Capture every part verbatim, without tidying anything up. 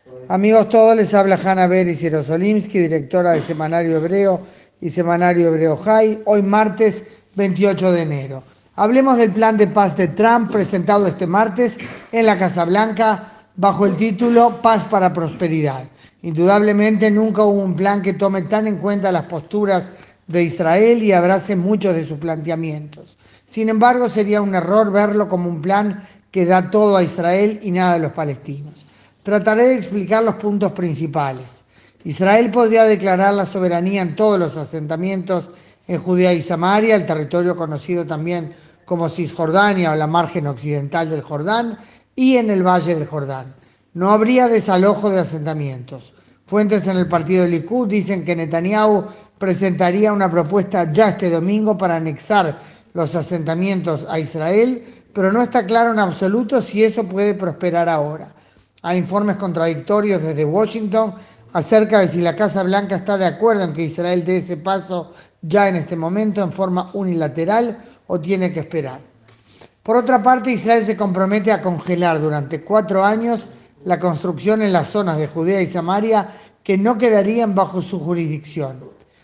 Amigos todos, les habla Hanna Beris Jerosolimsky, directora de Semanario Hebreo y Semanario Hebreo High, hoy martes veintiocho de enero. Hablemos del plan de paz de Trump presentado este martes en la Casa Blanca bajo el título Paz para Prosperidad. Indudablemente nunca hubo un plan que tome tan en cuenta las posturas de Israel y abrace muchos de sus planteamientos. Sin embargo, sería un error verlo como un plan que da todo a Israel y nada a los palestinos. Trataré de explicar los puntos principales. Israel podría declarar la soberanía en todos los asentamientos en Judea y Samaria, el territorio conocido también como Cisjordania o la margen occidental del Jordán, y en el Valle del Jordán. No habría desalojo de asentamientos. Fuentes en el partido Likud dicen que Netanyahu presentaría una propuesta ya este domingo para anexar los asentamientos a Israel, pero no está claro en absoluto si eso puede prosperar ahora. Hay informes contradictorios desde Washington acerca de si la Casa Blanca está de acuerdo en que Israel dé ese paso ya en este momento en forma unilateral o tiene que esperar. Por otra parte, Israel se compromete a congelar durante cuatro años la construcción en las zonas de Judea y Samaria que no quedarían bajo su jurisdicción.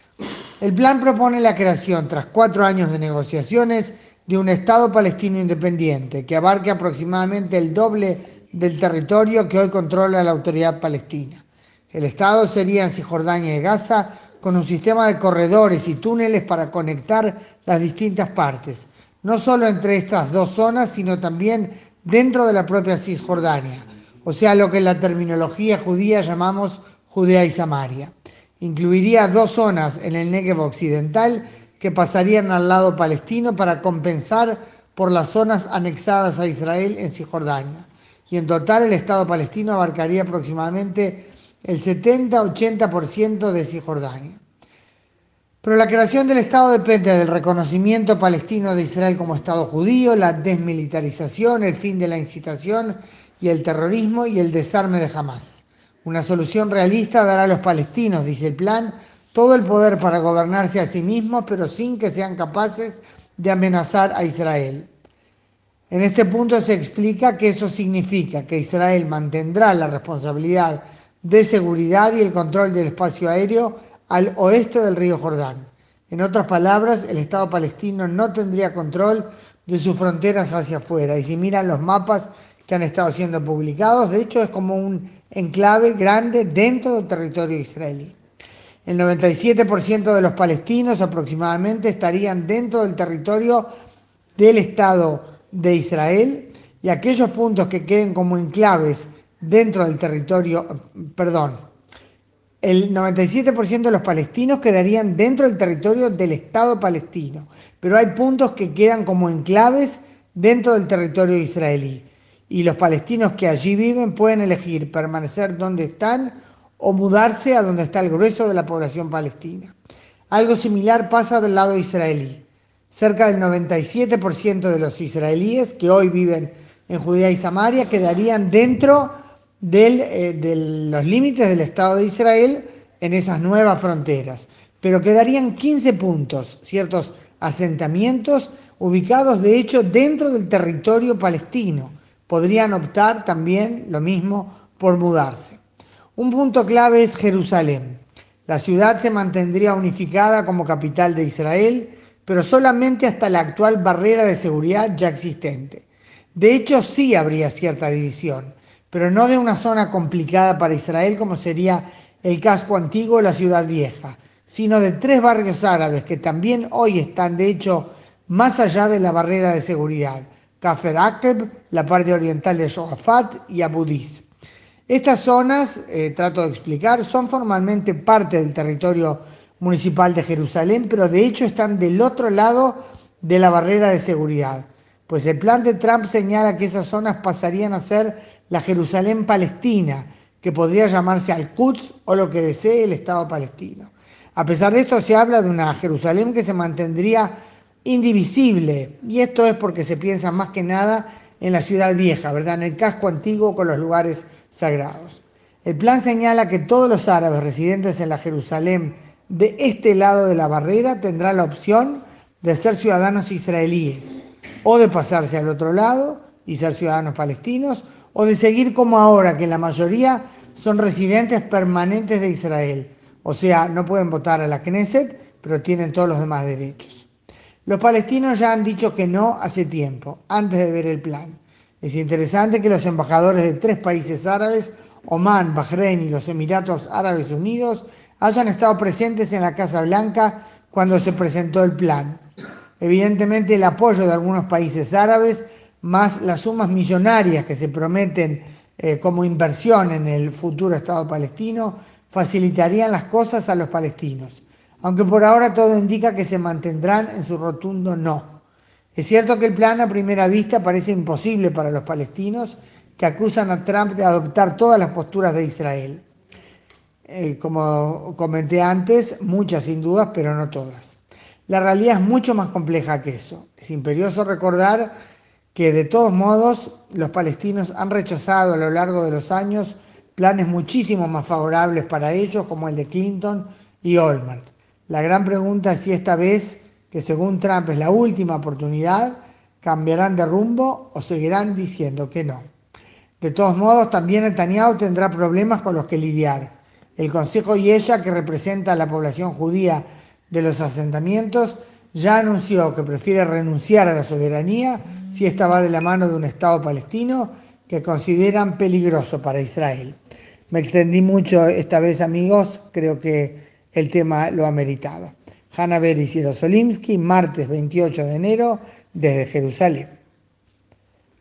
El plan propone la creación, tras cuatro años de negociaciones, de un Estado palestino independiente que abarque aproximadamente el doble del territorio que hoy controla la autoridad palestina. El Estado sería en Cisjordania y Gaza, con un sistema de corredores y túneles para conectar las distintas partes, no solo entre estas dos zonas, sino también dentro de la propia Cisjordania, o sea, lo que en la terminología judía llamamos Judea y Samaria. Incluiría dos zonas en el Negev occidental que pasarían al lado palestino para compensar por las zonas anexadas a Israel en Cisjordania. Y en total el Estado palestino abarcaría aproximadamente el setenta a ochenta por ciento de Cisjordania. Pero la creación del Estado depende del reconocimiento palestino de Israel como Estado judío, la desmilitarización, el fin de la incitación y el terrorismo y el desarme de Hamás. Una solución realista dará a los palestinos, dice el plan, todo el poder para gobernarse a sí mismos, pero sin que sean capaces de amenazar a Israel. En este punto se explica que eso significa que Israel mantendrá la responsabilidad de seguridad y el control del espacio aéreo al oeste del río Jordán. En otras palabras, el Estado palestino no tendría control de sus fronteras hacia afuera. Y si miran los mapas que han estado siendo publicados, de hecho es como un enclave grande dentro del territorio israelí. El noventa y siete por ciento de los palestinos aproximadamente estarían dentro del territorio del Estado de Israel, y aquellos puntos que queden como enclaves dentro del territorio, perdón, el noventa y siete por ciento de los palestinos quedarían dentro del territorio del Estado palestino, pero hay puntos que quedan como enclaves dentro del territorio israelí. Y los palestinos que allí viven pueden elegir permanecer donde están o mudarse a donde está el grueso de la población palestina. Algo similar pasa del lado israelí. Cerca del noventa y siete por ciento de los israelíes que hoy viven en Judea y Samaria quedarían dentro del, eh, de los límites del Estado de Israel en esas nuevas fronteras. Pero quedarían quince puntos, ciertos asentamientos ubicados de hecho dentro del territorio palestino. Podrían optar también, lo mismo, por mudarse. Un punto clave es Jerusalén. La ciudad se mantendría unificada como capital de Israel, pero solamente hasta la actual barrera de seguridad ya existente. De hecho, sí habría cierta división, pero no de una zona complicada para Israel como sería el casco antiguo o la ciudad vieja, sino de tres barrios árabes que también hoy están, de hecho, más allá de la barrera de seguridad: Kafr Aqeb, la parte oriental de Shofat y Abu Dis. Estas zonas, eh, trato de explicar, son formalmente parte del territorio municipal de Jerusalén, pero de hecho están del otro lado de la barrera de seguridad, pues el plan de Trump señala que esas zonas pasarían a ser la Jerusalén palestina, que podría llamarse Al-Quds o lo que desee el Estado palestino. A pesar de esto, se habla de una Jerusalén que se mantendría indivisible, y esto es porque se piensa más que nada en la ciudad vieja, ¿verdad?, en el casco antiguo con los lugares sagrados. El plan señala que todos los árabes residentes en la Jerusalén de este lado de la barrera tendrán la opción de ser ciudadanos israelíes, o de pasarse al otro lado y ser ciudadanos palestinos, o de seguir como ahora, que la mayoría son residentes permanentes de Israel, o sea, no pueden votar a la Knesset, pero tienen todos los demás derechos. Los palestinos ya han dicho que no hace tiempo, antes de ver el plan. Es interesante que los embajadores de tres países árabes, Omán, Bahrein y los Emiratos Árabes Unidos, hayan estado presentes en la Casa Blanca cuando se presentó el plan. Evidentemente el apoyo de algunos países árabes, más las sumas millonarias que se prometen eh, como inversión en el futuro Estado palestino, facilitarían las cosas a los palestinos, aunque por ahora todo indica que se mantendrán en su rotundo no. Es cierto que el plan a primera vista parece imposible para los palestinos, que acusan a Trump de adoptar todas las posturas de Israel. Eh, como comenté antes, muchas sin dudas, pero no todas. La realidad es mucho más compleja que eso. Es imperioso recordar que de todos modos los palestinos han rechazado a lo largo de los años planes muchísimo más favorables para ellos, como el de Clinton y Olmert. La gran pregunta es si esta vez, que según Trump es la última oportunidad, cambiarán de rumbo o seguirán diciendo que no. De todos modos, también Netanyahu tendrá problemas con los que lidiar. El Consejo Yesha, que representa a la población judía de los asentamientos, ya anunció que prefiere renunciar a la soberanía si esta va de la mano de un Estado palestino que consideran peligroso para Israel. Me extendí mucho esta vez, amigos, creo que el tema lo ameritaba. Hannah Beris y Jerosolimsky, martes veintiocho de enero, desde Jerusalén.